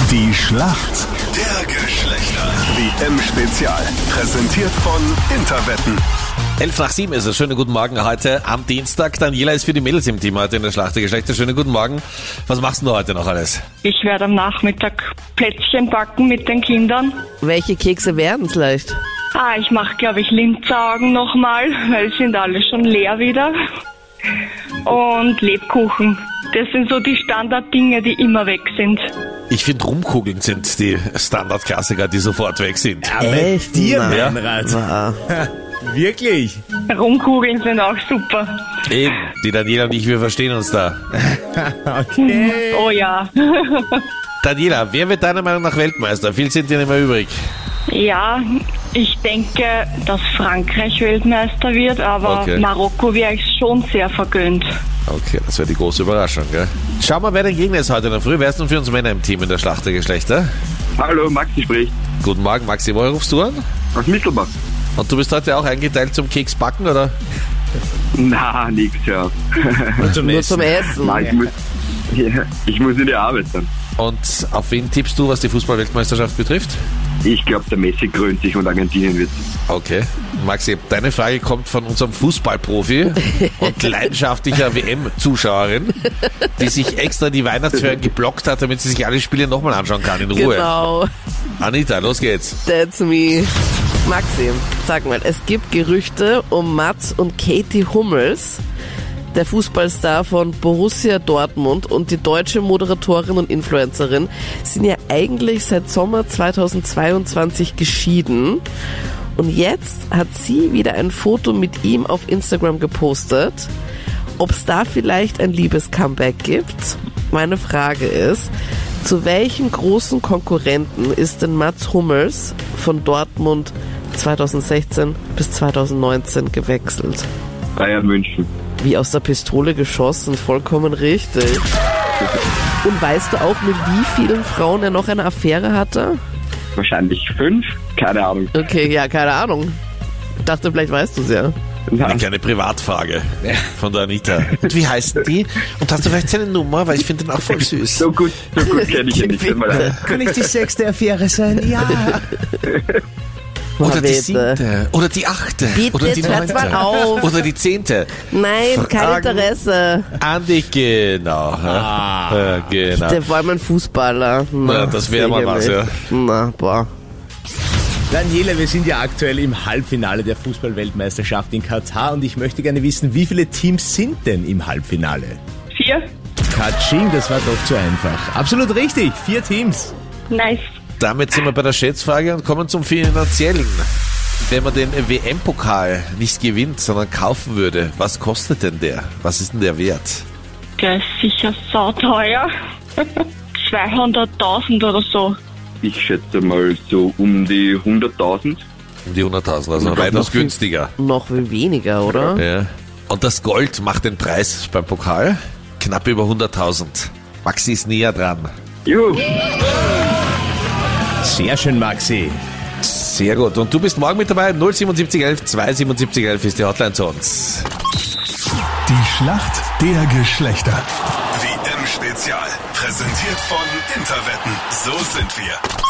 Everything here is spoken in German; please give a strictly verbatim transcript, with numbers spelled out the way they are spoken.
Die Schlacht der Geschlechter. W M-Spezial. Präsentiert von Interwetten. Elf nach sieben ist es. Schönen guten Morgen heute am Dienstag. Daniela ist für die Mädels im Team heute in der Schlacht der Geschlechter. Schönen guten Morgen. Was machst du heute noch alles? Ich werde am Nachmittag Plätzchen backen mit den Kindern. Welche Kekse werden es leicht? Ah, ich mache, glaube ich, Linzaugen nochmal, weil sind alle schon leer wieder. Und Lebkuchen. Das sind so die Standarddinge, die immer weg sind. Ich finde, Rumkugeln sind die Standardklassiker, die sofort weg sind. Ja, bei Echt? dir, Na. Meinrad. Wow. Wirklich? Rumkugeln sind auch super. Eben, die Daniela und ich, wir verstehen uns da. Okay. Oh ja. Daniela, wer wird deiner Meinung nach Weltmeister? Viel sind dir nicht mehr übrig. Ja, ich denke, dass Frankreich Weltmeister wird, aber Okay. Marokko wäre ich schon sehr vergönnt. Okay, das wäre die große Überraschung, gell? Schau mal, wer dein Gegner ist heute in der Früh. Wer ist denn für uns Männer im Team in der Schlacht der Geschlechter? Hallo, Maxi spricht. Guten Morgen, Maxi. Woher rufst du an? Aus Mittelbach. Und du bist heute auch eingeteilt zum Keksbacken, oder? Na, nix, ja. Und zum Nur Essen. zum Essen. Nein, ich muss, ja, ich muss in die Arbeit dann. Und auf wen tippst du, was die Fußball-Weltmeisterschaft betrifft? Ich glaube, der Messi krönt sich und Argentinien wird. Okay. Maxi, deine Frage kommt von unserem Fußballprofi und leidenschaftlicher W M-Zuschauerin, die sich extra die Weihnachtsferien geblockt hat, damit sie sich alle Spiele nochmal anschauen kann, in Ruhe. Genau, Anita, los geht's. that's me. Maxi, sag mal, es gibt Gerüchte um Mats und Katie Hummels, der Fußballstar von Borussia Dortmund und die deutsche Moderatorin und Influencerin, sind ja eigentlich seit Sommer zweitausendzweiundzwanzig geschieden. Und jetzt hat sie wieder ein Foto mit ihm auf Instagram gepostet. Ob es da vielleicht ein Liebes-Comeback gibt? Meine Frage ist, zu welchen großen Konkurrenten ist denn Mats Hummels von Dortmund zweitausendsechzehn bis zweitausendneunzehn gewechselt? Bayern München. Wie aus der Pistole geschossen, vollkommen richtig. Und weißt du auch, mit wie vielen Frauen er noch eine Affäre hatte? Wahrscheinlich fünf? Keine Ahnung. Okay, ja, keine Ahnung. Ich dachte, vielleicht weißt du es ja. Eine Nein. kleine Privatfrage von der Anita. Und wie heißen die? Und hast du vielleicht seine Nummer? Weil ich finde den auch voll süß. So gut, so gut kenne ich ihn nicht. Tut mir leid. Kann ich die sechste Affäre sein? Ja. Oder die Bitte. siebte. Oder die achte. Bitte, Oder die jetzt hört's neunte. mal auf. Oder die zehnte. Nein, kein Fragen Interesse. An dich, genau. Ah. Ja, genau. Der war mal ein Fußballer. Na, Na, das wäre mal sicher was, nicht. ja. Na, boah. Daniela, wir sind ja aktuell im Halbfinale der Fußball-Weltmeisterschaft in Katar und ich möchte gerne wissen, wie viele Teams sind denn im Halbfinale? Vier? Katsching, das war doch zu einfach. Absolut richtig, vier Teams. Nice. Damit sind wir bei der Schätzfrage und kommen zum Finanziellen. Wenn man den W M-Pokal nicht gewinnt, sondern kaufen würde, was kostet denn der? Was ist denn der Wert? Der ist sicher sauteuer. zweihunderttausend oder so. Ich schätze mal so um die hunderttausend. Um die hunderttausend, also weitaus günstiger. Noch viel weniger, oder? Ja. Und das Gold macht den Preis beim Pokal knapp über hunderttausend. Maxi ist näher dran. Juhu. Sehr schön, Maxi. Sehr gut. Und du bist morgen mit dabei. null sieben sieben eins zwei sieben sieben elf ist die Hotline zu uns. Die Schlacht der Geschlechter. W M-Spezial. Präsentiert von Interwetten. So sind wir.